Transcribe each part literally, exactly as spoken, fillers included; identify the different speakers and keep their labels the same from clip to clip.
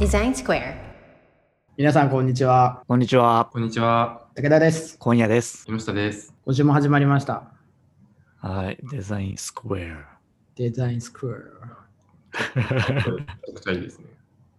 Speaker 1: Design Square。
Speaker 2: 皆さんこんにちは。
Speaker 3: こんにちは。
Speaker 4: こんにちは。
Speaker 2: 武田です。
Speaker 3: 今夜です。
Speaker 4: 木下です。
Speaker 2: 今週も始まりました。
Speaker 3: はい。デザインスクエア。
Speaker 2: デザインスクエ
Speaker 4: めちゃくちゃいいですね。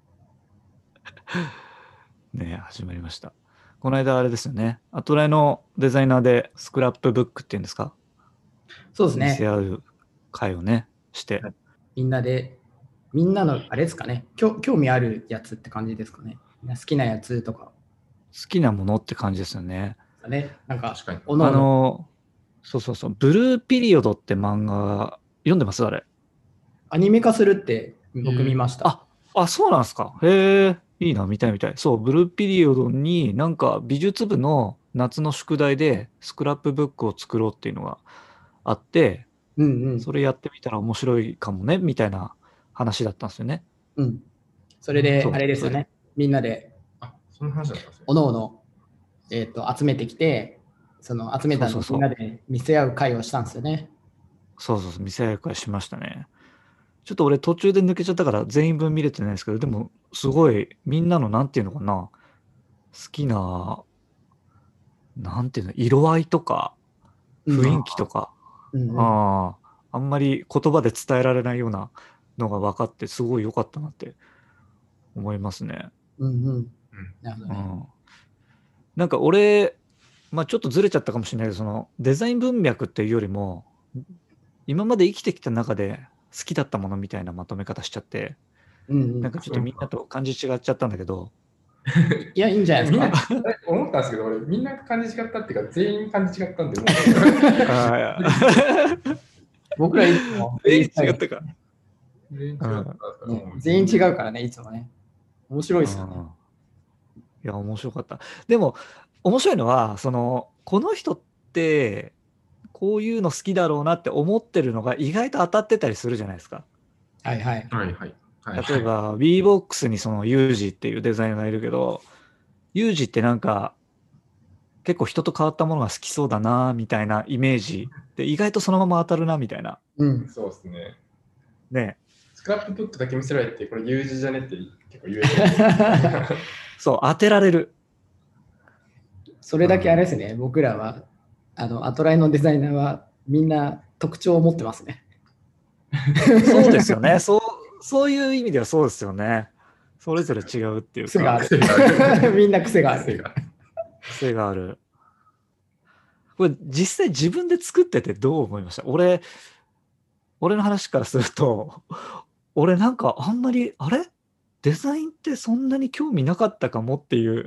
Speaker 3: ね、始まりました。この間あれですよね。アトライのデザイナーでスクラップブックっていうんですか？
Speaker 2: そうです
Speaker 3: 見せ
Speaker 2: ね。
Speaker 3: 合う会をね、して。
Speaker 2: みんなで、みんなのあれですかね。興興味あるやつって感じですかね。みんな好きなやつとか。
Speaker 3: 好きなものって感じですよね。
Speaker 2: ね、なんか、
Speaker 4: 確かに。
Speaker 2: おのおの
Speaker 3: あの、そうそうそう。ブルーピリオドって漫画、読んでますあれ。
Speaker 2: アニメ化するって僕見ました。
Speaker 3: あ、あ、そうなんですか。へえ、いいな、見たい見たい。そう、ブルーピリオドになんか美術部の夏の宿題でスクラップブックを作ろうっていうのがあって、
Speaker 2: うんうん。
Speaker 3: それやってみたら面白いかもね、みたいな話だったんですよね。
Speaker 2: うん。それで
Speaker 3: そ、う
Speaker 2: あれですよね。みんなで、
Speaker 4: あ、そんな話だったんですね。
Speaker 2: おのおの、えっと、集めてきて、その集めたのをみ
Speaker 3: そうそうそうん
Speaker 2: なで見せ合う会をしたんですよね。
Speaker 3: そうそうそう、見せ合い会しましたね。ちょっと俺途中で抜けちゃったから全員分見れてないですけど、でもすごいみんなのなんていうのかな、好きな、なんていうの、色合いとか雰囲気とか、
Speaker 2: うんうん。
Speaker 3: ああ、あんまり言葉で伝えられないようなのが分かってすごい良かったなって思いますね。
Speaker 2: うんうん。
Speaker 4: うん
Speaker 3: う
Speaker 2: なるほどね。
Speaker 3: ん、なんか俺、まあ、ちょっとずれちゃったかもしれないけど、そのデザイン文脈っていうよりも今まで生きてきた中で好きだったものみたいなまとめ方しちゃって、
Speaker 2: うんうん
Speaker 3: なんかちょっとみんなと感じ違っちゃったんだけど、
Speaker 2: いや、いいんじゃない
Speaker 4: みんな
Speaker 2: ですか。
Speaker 4: え思ったんですけど、俺、みんな感じ違ったっていうか、全員感じ違ったんで、もう
Speaker 3: あー
Speaker 2: 僕らいつも
Speaker 3: 全員違ったか。
Speaker 4: 全員違ったんですから
Speaker 2: ね
Speaker 4: もう
Speaker 2: 全員違うからね、いつもね。面白いですよね。
Speaker 3: うんいや面白かった。でも面白いのは、そのこの人ってこういうの好きだろうなって思ってるのが意外と当たってたりするじゃないですか。
Speaker 2: はいはい。
Speaker 4: はいはい。はい
Speaker 3: 例えば B ボックスにそのユージっていうデザイナーがいるけど、ユージってなんか結構人と変わったものが好きそうだなみたいなイメージで、意外とそのまま当たるなみたいな
Speaker 2: うん。
Speaker 4: そうですね。
Speaker 3: ね。
Speaker 4: スクラップブックだけ見せられて、これ有事じゃねって結構言える。
Speaker 3: そう当てられる。
Speaker 2: それだけあれですね、僕らは、あの、アトライのデザイナーはみんな特徴を持ってますね。
Speaker 3: そうですよね。そうそういう意味ではそうですよね。それぞれ違うっていうか
Speaker 2: 癖がある。
Speaker 4: 癖がある
Speaker 2: みんな癖がある。
Speaker 4: 癖が
Speaker 3: 癖がある。これ実際自分で作っててどう思いました？俺俺の話からすると、俺なんかあんまりあれデザインってそんなに興味なかったかもっていう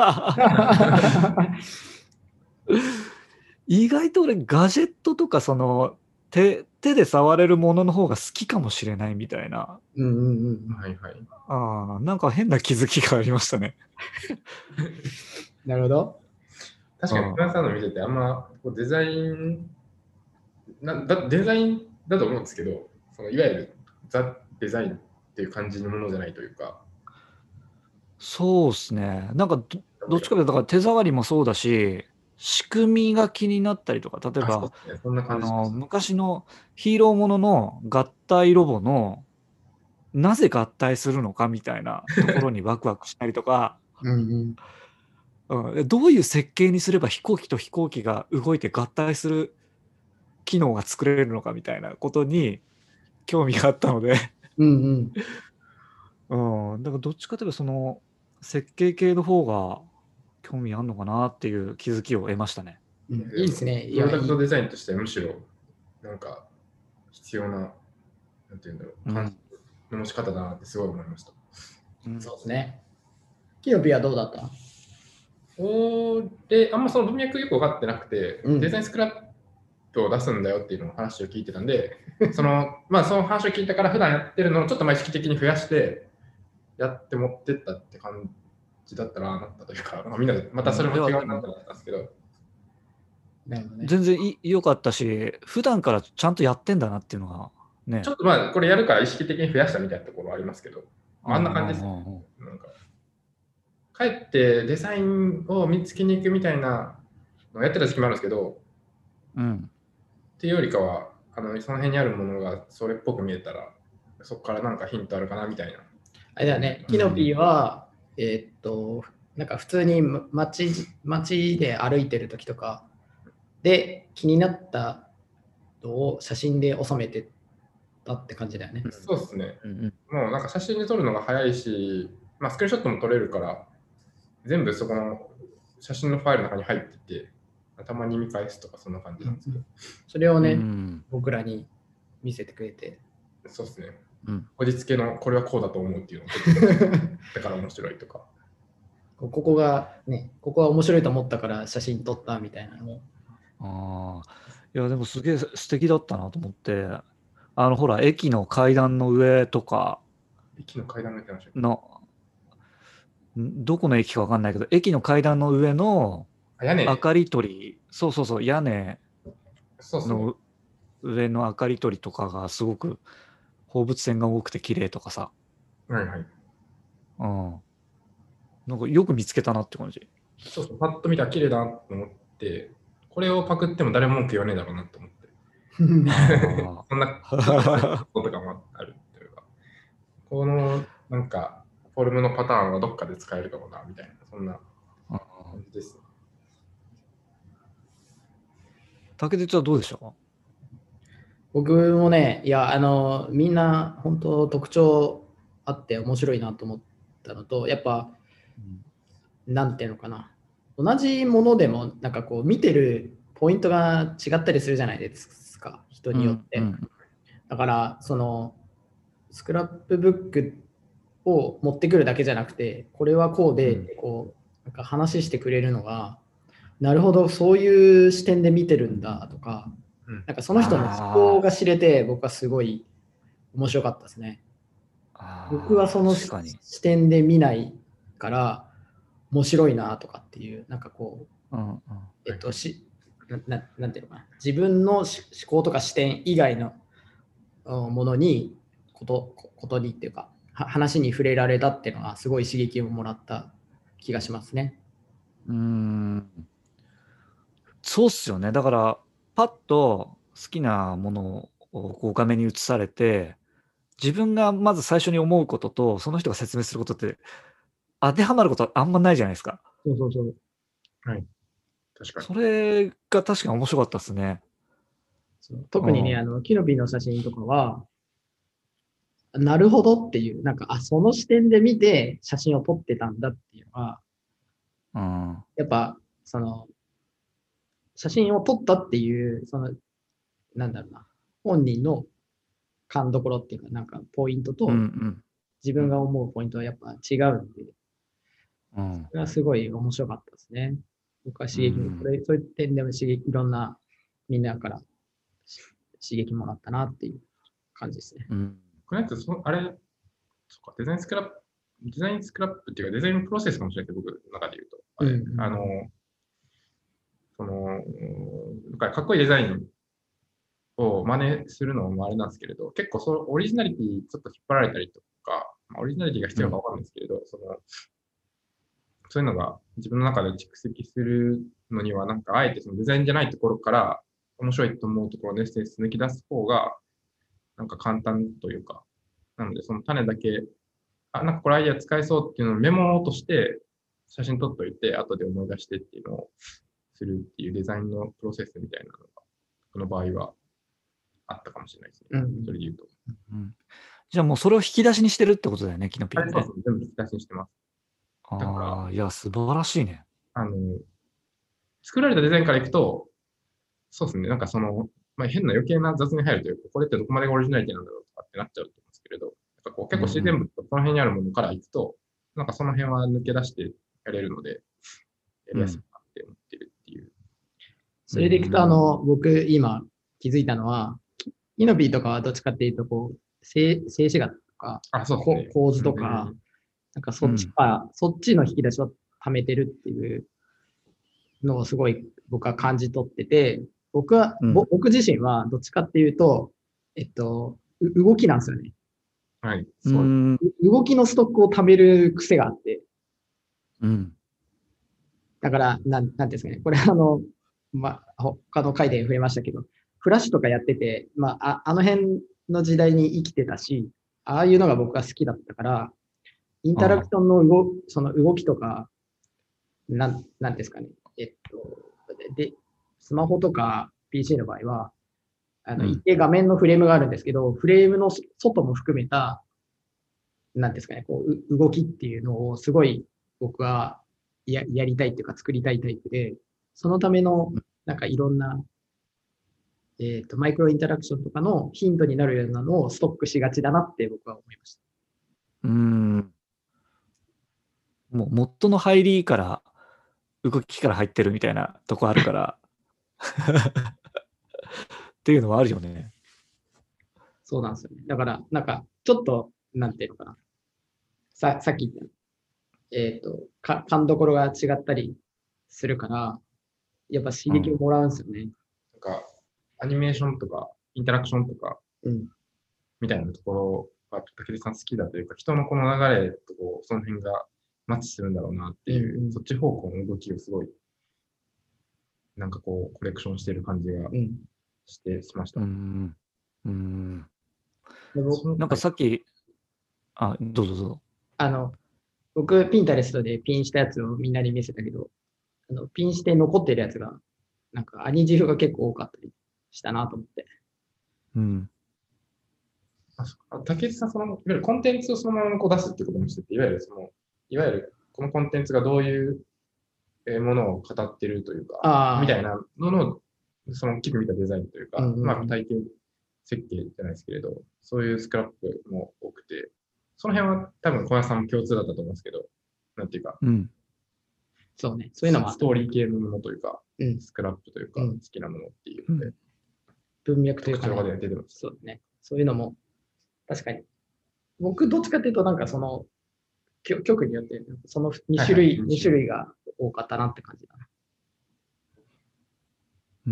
Speaker 3: 意外と俺ガジェットとかその手手で触れるものの方が好きかもしれないみたいな、
Speaker 2: うんうんうん。
Speaker 4: はいはい。
Speaker 3: あーなんか変な気づきがありましたね。
Speaker 2: なるほど。
Speaker 4: 確かに、
Speaker 3: うん
Speaker 4: フランさんの見てて、あんまこうデザインなだ、デザインだと思うんですけど、そのいわゆるザ・デザインっていう感じのものじゃないというか、
Speaker 3: そうですね。なんかどどっちかというとだから手触りもそうだし、仕組みが気になったりとか、例え
Speaker 4: あそう
Speaker 3: ば
Speaker 4: ですね、そんな
Speaker 3: あ
Speaker 4: 感じしま
Speaker 3: の
Speaker 4: す。
Speaker 3: 昔のヒーローものの合体ロボのなぜ合体するのかみたいなところにワクワクしたりとか、
Speaker 2: うんうん。
Speaker 3: うん、でどういう設計にすれば飛行機と飛行機が動いて合体する機能が作れるのかみたいなことに興味があったので、
Speaker 2: うんうん。
Speaker 3: うん、だからどっちかというとその設計系の方が興味あるのかなっていう気づきを得ましたね。
Speaker 2: うんいいですね。い
Speaker 4: プロ
Speaker 2: や、いい
Speaker 4: ダクトデザインとしてはむしろ、なんか、必要な、なんていうんだろう、
Speaker 3: うん
Speaker 4: 感の持ち方だなってすごい思いました。
Speaker 3: うん
Speaker 2: そうですね。キヨピはどうだった
Speaker 4: 俺、あんまその文脈よく分かってなくて、
Speaker 2: うん
Speaker 4: デザインスクラップを出すんだよっていうのを話を聞いてたんで、その、まあその話を聞いたから普段やってるのをちょっとまあ意識的に増やして、やって持ってったって感じだったらなったというか、まあ、みんなでまたそれも違うなってなったんですけど、
Speaker 2: なるほどね。
Speaker 3: 全然い良かったし、普段からちゃんとやってんだなっていうのがね。
Speaker 4: ちょっとまあこれやるから意識的に増やしたみたいなところはありますけど、まあ、あんな感じですね。
Speaker 3: うんうんうん
Speaker 4: なんか帰ってデザインを見つけに行くみたいなのをやってた時期もあるんですけど、
Speaker 3: うん
Speaker 4: っていうよりかは、あのその辺にあるものがそれっぽく見えたら、そこからなんかヒントあるかなみたいな。
Speaker 2: あれだね、キノピーは、うん、えー、っと、なんか普通に街、街で歩いてる時とかで気になったのを写真で収めてたって感じだよね。
Speaker 4: そうですね。うんうん、もうなんか写真で撮るのが早いし、まあ、スクリーンショットも撮れるから、全部そこの写真のファイルの中に入ってて、たまに見返すとかそんな感じなんですけど。
Speaker 2: それをね、うん、僕らに見せてくれて。
Speaker 4: そうですね。うん、こじつけのこれはこうだと思うっていうのをだから面白いとか。
Speaker 2: ここがね、ここは面白いと思ったから写真撮ったみたいなのも。
Speaker 3: ああ、いやでもすげえ素敵だったなと思って、あのほら駅の階段の上とか、
Speaker 4: 駅の階段の上
Speaker 3: のどこの駅かわかんないけど、駅の階段の上の明かり取り、そうそうそう、屋根の上の明かり取りとかがすごく放物線が多くて綺麗とかさ。
Speaker 4: はいはい。
Speaker 3: うん。なんかよく見つけたなって感じ。
Speaker 4: そうそう、パッと見たら綺麗だなと思って、これをパクっても誰も文句言わねえだろうなと思って。そんなこととかもあるっていうか、このなんかフォルムのパターンはどっかで使えるかもなみたいな、そんな感じです。
Speaker 3: 竹内はどうでしたか？
Speaker 2: 僕もね、いや、あの、みんな本当特徴あって面白いなと思ったのと、やっぱ、うん、なんていうのかな、同じものでも、なんかこう、見てるポイントが違ったりするじゃないですか、人によって。うんうん、だから、その、スクラップブックを持ってくるだけじゃなくて、これはこうで、こう、なんか話してくれるのが、なるほど、そういう視点で見てるんだとか、なんかその人の思考が知れて、僕はすごい面白かったですね。僕はその視点で見ないから、面白いなとかっていう、なんかこう、うんうん、えっと、しな、なんていうのかな、自分の思考とか視点以外のものに、こと、ことにっていうか、話に触れられたっていうのは、すごい刺激をもらった気がしますね。
Speaker 3: うーん。そうっすよね。だから、パッと好きなものをこう画面に映されて、自分がまず最初に思うことと、その人が説明することって、当てはまることはあんまないじゃないですか。
Speaker 2: そうそうそう。
Speaker 4: はい。確かに。
Speaker 3: それが確かに面白かったですね。
Speaker 2: 特にね、うん、あの、キノピーの写真とかは、なるほどっていう、なんか、あ、その視点で見て写真を撮ってたんだっていうのは、
Speaker 3: うん、
Speaker 2: やっぱ、その、写真を撮ったっていう、その、なんだろうな、本人の勘どころっていうか、なんか、ポイントと、自分が思うポイントはやっぱ違うんで、
Speaker 3: うん、
Speaker 2: それはすごい面白かったですね。僕は刺激、うん、これそういう点でも刺激、いろんなみんなから刺激もらったなっていう感じですね。
Speaker 4: うん、これってそあれ、そか、デザインスクラップ、デザインスクラップっていうかデザインプロセスかもしれないけど、僕の中で言うと。あれ、うんうん、あの、その、かっこいいデザインを真似するのもあれなんですけれど、結構そのオリジナリティちょっと引っ張られたりとか、まあ、オリジナリティが必要かわかんないですけれど、うん、その、そういうのが自分の中で蓄積するのには、なんかあえてそのデザインじゃないところから面白いと思うところのエッセンス抜き出す方が、なんか簡単というか、なのでその種だけ、あ、なんかこれアイデア使えそうっていうのをメモとして写真撮っといて、後で思い出してっていうのをするっていうデザインのプロセスみたいなのが、この場合はあったかもしれないですね。うん、それで言うと、
Speaker 3: うん。じゃあもうそれを引き出しにしてるってことだよね、キノピーね。
Speaker 4: そうですね、全部引き出しにしてます。
Speaker 3: ああ、いや、素晴らしいね。
Speaker 4: あの、作られたデザインからいくと、そうですね、なんかその、まあ、変な余計な雑に入るというか、これってどこまでがオリジナリティなんだろうとかってなっちゃうと思うんですけれど、なんかこう結構自然物とその辺にあるものからいくと、うんうん、なんかその辺は抜け出してやれるので、やりやすいなって思ってるっていう。うん、
Speaker 2: それでいくと、あの、僕今気づいたのは、キノピーとかはどっちかっていうと、こう、静止画とか、
Speaker 4: あ、そうですね、
Speaker 2: 構図とか、うん、なんかそっちか、うん、そっちの引き出しを貯めてるっていうのをすごい僕は感じ取ってて、僕は、うん、僕自身はどっちかっていうと、えっと、動きなんですよね。
Speaker 4: はい。
Speaker 2: そう。動きのストックを貯める癖があって。
Speaker 3: うん。
Speaker 2: だから、なん、なんていうんですかね。これあの、まあ、他の回で触れましたけど、フラッシュとかやってて、まあ、あ、あの辺の時代に生きてたし、ああいうのが僕は好きだったから、 インタラクションの動その動きとか、なん、なんですかね。えっと、で、スマホとか ピーシー の場合は、あの、
Speaker 3: うん
Speaker 2: 一定画面のフレームがあるんですけど、フレームの外も含めた、なんですかね、こう、う動きっていうのをすごい僕はややりたいっていうか作りたいタイプで、そのための、なんかいろんな、えっと、マイクロインタラクションとかのヒントになるようなのをストックしがちだなって僕は思いました。
Speaker 3: うーん。もう元の入りから動きから入ってるみたいなとこあるからっていうのはあるよね。
Speaker 2: そうなんですよね。だから、なんか、ちょっと、なんていうのかな。さ、さっき言った、えっと、か、勘どころが違ったりするから、やっぱ刺激をもらうんですよね。
Speaker 4: なんか、アニメーションとか、インタラクションとか、
Speaker 2: うん。
Speaker 4: みたいなところが、武田さん好きだというか、人のこの流れとこうその辺がマッチするんだろうなっていう、
Speaker 2: うんうん
Speaker 4: そっち方向の動きをすごい、なんかこう、コレクションしてる感じが
Speaker 2: うん。
Speaker 4: してしました。
Speaker 3: うーん。うーん。
Speaker 2: で僕
Speaker 3: なんかさっき、あ、どうぞどうぞ。
Speaker 2: あの、僕、ピンタレストでピンしたやつをみんなに見せたけど、あの、ピンして残ってるやつが、なんか、アニジフが結構多かったりしたなと思って。
Speaker 3: うん。
Speaker 4: あそっか竹内さん、その、いわゆるコンテンツをそのままこう出すってこともしてて、いわゆるその、いわゆるこのコンテンツがどういうえーものを語ってるというか、
Speaker 2: あー
Speaker 4: みたいなのの、その大きく見たデザインというか、
Speaker 2: うんうんうん
Speaker 4: まあ体系設計じゃないですけれど、そういうスクラップも多くて、その辺は多分小屋さんも共通だったと思うんですけど、なんていうか、
Speaker 3: うん。
Speaker 2: そうね。そういうのもあった
Speaker 4: ストーリー系のものというか、
Speaker 2: うん。
Speaker 4: スクラップというか、
Speaker 2: うん
Speaker 4: 好きなものっていうので、
Speaker 2: 文脈というか、
Speaker 4: 特徴が
Speaker 2: ね、
Speaker 4: 出てます。
Speaker 2: そうね。そういうのも、確かに。僕、どっちかっていうと、なんかその、曲曲によって、そのに種類、
Speaker 4: はいはい
Speaker 2: に種類が多かったなって感じだな。
Speaker 3: うん。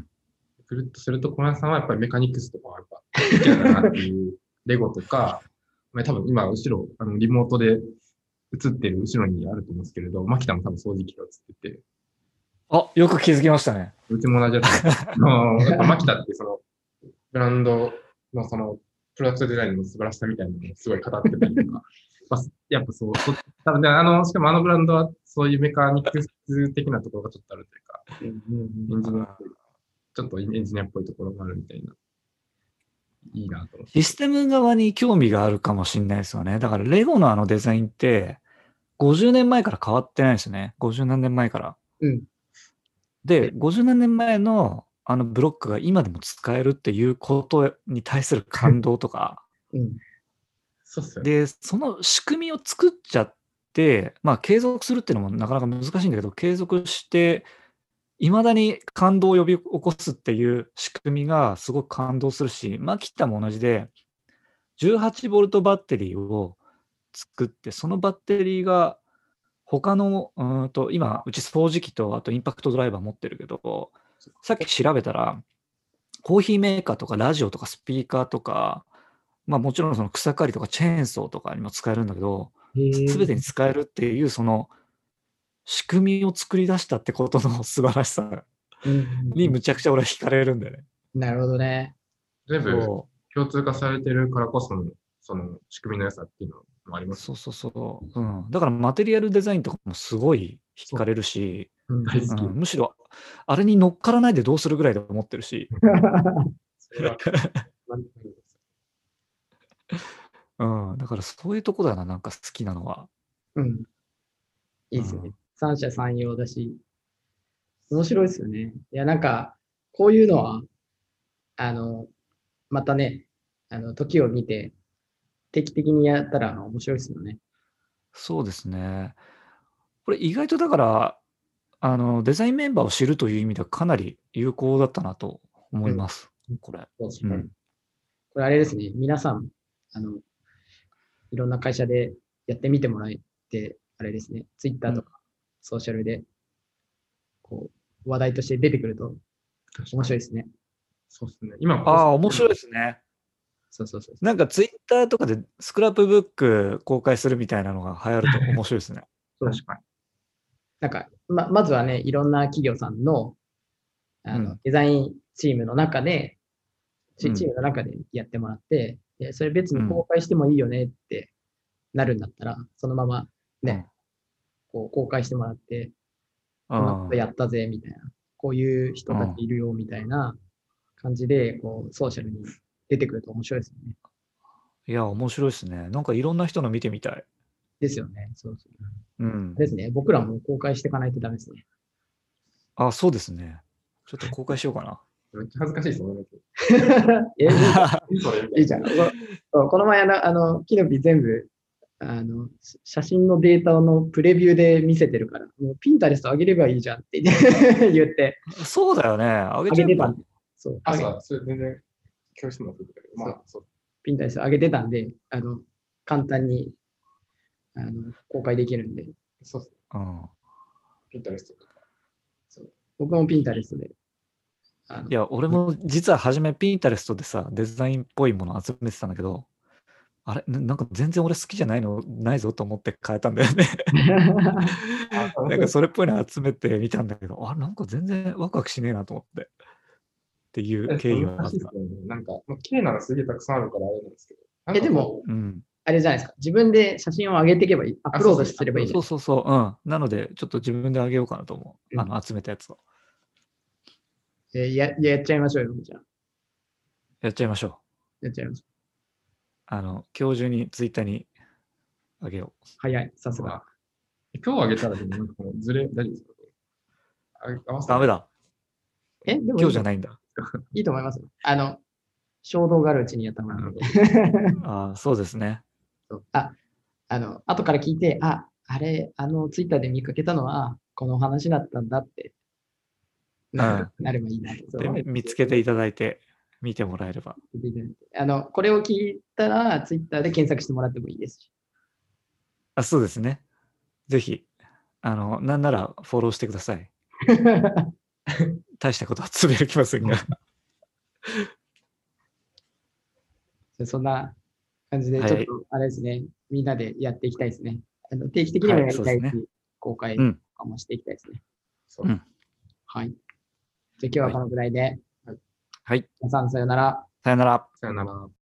Speaker 4: くるっとすると、小屋さんはやっぱりメカニクスとかはやっぱ好きだなっていう、レゴとか、まあ多分今、後ろ、あのリモートで映ってる後ろにあると思うんですけれど、マキタも多分掃除機が映ってて、
Speaker 3: あ、よく気づきましたね。
Speaker 4: うちも同じやつ。あのやっぱマキタってその、ブランドのその、プロダクトデザインの素晴らしさみたいなのをすごい語ってたりとか、まあ、やっぱそう、そ多分ね、あの、しかもあのブランドはそういうメカニクス的なところがちょっとあるというか、
Speaker 2: うんうん
Speaker 4: エンジニアっぽい、ちょっとエンジニアっぽいところがあるみたいな、いいなと思って。
Speaker 3: システム側に興味があるかもしれないですよね。だからレゴのあのデザインってごじゅうねんまえから変わってないですね。ごじゅうなんねんまえから。
Speaker 2: うん。
Speaker 3: で、ごじゅうなんねんまえのあのブロックが今でも使えるっていうことに対する感動とか、
Speaker 2: うん。
Speaker 4: そうっすよね。
Speaker 3: で、その仕組みを作っちゃって、まあ継続するっていうのもなかなか難しいんだけど、継続して、いまだに感動を呼び起こすっていう仕組みがすごく感動するし、マキタも同じで、じゅうはちボルトバッテリーを作って、そのバッテリーが他の、うーんと、今、うち掃除機とあとインパクトドライバー持ってるけど、さっき調べたら、コーヒーメーカーとかラジオとかスピーカーとか、まあもちろんその草刈りとかチェーンソーとかにも使えるんだけど、すべてに使えるっていうその仕組みを作り出したってことの素晴らしさ
Speaker 2: うん
Speaker 3: にむちゃくちゃ俺は惹かれるんだよね。
Speaker 2: なるほどね。
Speaker 4: 全部
Speaker 3: そ
Speaker 4: 共通化されてるからこその、その仕組みの良さっていうのもあり
Speaker 3: う、
Speaker 4: ます。
Speaker 3: そうそうそう。うん。だからマテリアルデザインとかもすごい惹かれるし、
Speaker 2: うん
Speaker 4: 大好き。
Speaker 3: うん、むしろあれに乗っからないでどうするぐらいで思ってるし、
Speaker 4: それはなんていうんです
Speaker 3: うん、だからそういうとこだな、なんか好きなのは。
Speaker 2: うん。いいですね
Speaker 3: うん。
Speaker 2: 三者三様だし、面白いですよね。いや、なんか、こういうのは、あの、またね、あの、時を見て、定期的にやったら面白いですよね。
Speaker 3: そうですね。これ意外とだから、あの、デザインメンバーを知るという意味ではかなり有効だったなと思います。これ。
Speaker 2: そうですね。
Speaker 3: うん。
Speaker 2: これあれですね。皆さん、あの、いろんな会社でやってみてもらえて、あれですね。ツイッターとかソーシャルで、こう、話題として出てくると面白いですね。
Speaker 4: そうですね。今、
Speaker 3: ああ、面白いですね。
Speaker 2: そうそうそう。
Speaker 3: なんかツイッターとかでスクラップブック公開するみたいなのが流行ると面白いですね。
Speaker 2: そう
Speaker 4: 確かに。
Speaker 2: なんか、ま、まずはね、いろんな企業さんの、あの、
Speaker 3: うん
Speaker 2: デザインチームの中で、チ
Speaker 3: うん
Speaker 2: チームの中でやってもらって、でそれ別に
Speaker 3: うん
Speaker 2: 公開してもいいよねってなるんだったら、そのままね、こう公開してもらって、こんなことやったぜみたいな、こういう人たちいるよみたいな感じで、こうソーシャルに出てくると面白いですよね。
Speaker 3: いや、面白いですね。なんかいろんな人の見てみたい。
Speaker 2: ですよね。そうそう。
Speaker 3: うん。
Speaker 2: ですね。僕らも公開していかないとダメですね。
Speaker 3: あ、そうですね。ちょっと公開しようかな。
Speaker 4: めっちゃ恥ずかしいですもんね。
Speaker 2: えいいじゃん。
Speaker 4: いいそれみた
Speaker 2: いいじゃん。ここの前あの、あのキノピ全部、あの、写真のデータのプレビューで見せてるから、もうピンタレスト上げればいいじゃんって言って、
Speaker 3: そうだよね。あげ
Speaker 2: 上
Speaker 3: ちゃえば
Speaker 2: げてたんで。そう。
Speaker 4: あ、
Speaker 2: 上げ
Speaker 4: そうだ、それ全然教室のことだけど、まあ、そう。
Speaker 2: ピンタレスト上げてたんで、あの、簡単にあの公開できるんで、
Speaker 4: そうっす。
Speaker 3: うん。
Speaker 4: ピンタレストとか。
Speaker 2: そう僕もピンタレストで。あの
Speaker 3: いや、俺も実は初めピンタレストでさ、デザインっぽいもの集めてたんだけど、あれななんか全然俺好きじゃないのないぞと思って変えたんだよね。なんかそれっぽいの集めてみたんだけど、あ、なんか全然ワクワクしねえなと思って。っていう経緯はあっ
Speaker 4: 難しいですよね。なんか、まあ、綺麗なのすげえたくさんあるからあれなんですけど。
Speaker 2: え、でも、
Speaker 3: た。うん。
Speaker 2: あれじゃないですか。自分で写真を上げていけばいい。アップロードすればいいじゃ
Speaker 3: そ
Speaker 2: ないう
Speaker 3: そうそう。うん。なので、ちょっと自分であげようかなと思う。
Speaker 2: うん
Speaker 3: あの、集めたやつを。
Speaker 2: えーややっちゃいましょうよ、じゃあ。
Speaker 3: やっちゃいましょう。
Speaker 2: やっちゃいましょう。
Speaker 3: あの、今日中にツイッターにあげよ
Speaker 2: 早い、さすが。
Speaker 4: 今日あげたらでもなんかもうずれ、大丈夫ですかあ合わ
Speaker 3: う。
Speaker 4: せて
Speaker 3: ダメだ。
Speaker 2: え、でも
Speaker 3: 今日じゃ
Speaker 2: いい
Speaker 3: ないんだ。
Speaker 2: いいと思いますよ。あの、衝動があるうちにやった方がいいので。
Speaker 3: ああ、そうですね。
Speaker 2: そうあ、あの、後から聞いて、あ、あれ、あの、ツイッターで見かけたのは、この話だったんだってな,、なればいいなと。
Speaker 3: で、見つけていただいて、見てもらえれば。
Speaker 2: あの、これを聞いたら、ツイッターで検索してもらってもいいですし。
Speaker 3: あ、そうですね。ぜひ、あの、なんならフォローしてください。大したことはつぶやきませんが。
Speaker 2: そんな感じで、ちょっと、あれですね、みんなでやっていきたいですね。あの定期的にもやりたいし、
Speaker 3: はいね、
Speaker 2: 公開とかもしていきたいですね。
Speaker 3: うん。
Speaker 2: はい。じゃあ今日はこのぐらいで。
Speaker 3: はい。
Speaker 2: 皆さん、さよなら。
Speaker 3: さよなら。
Speaker 4: さよなら。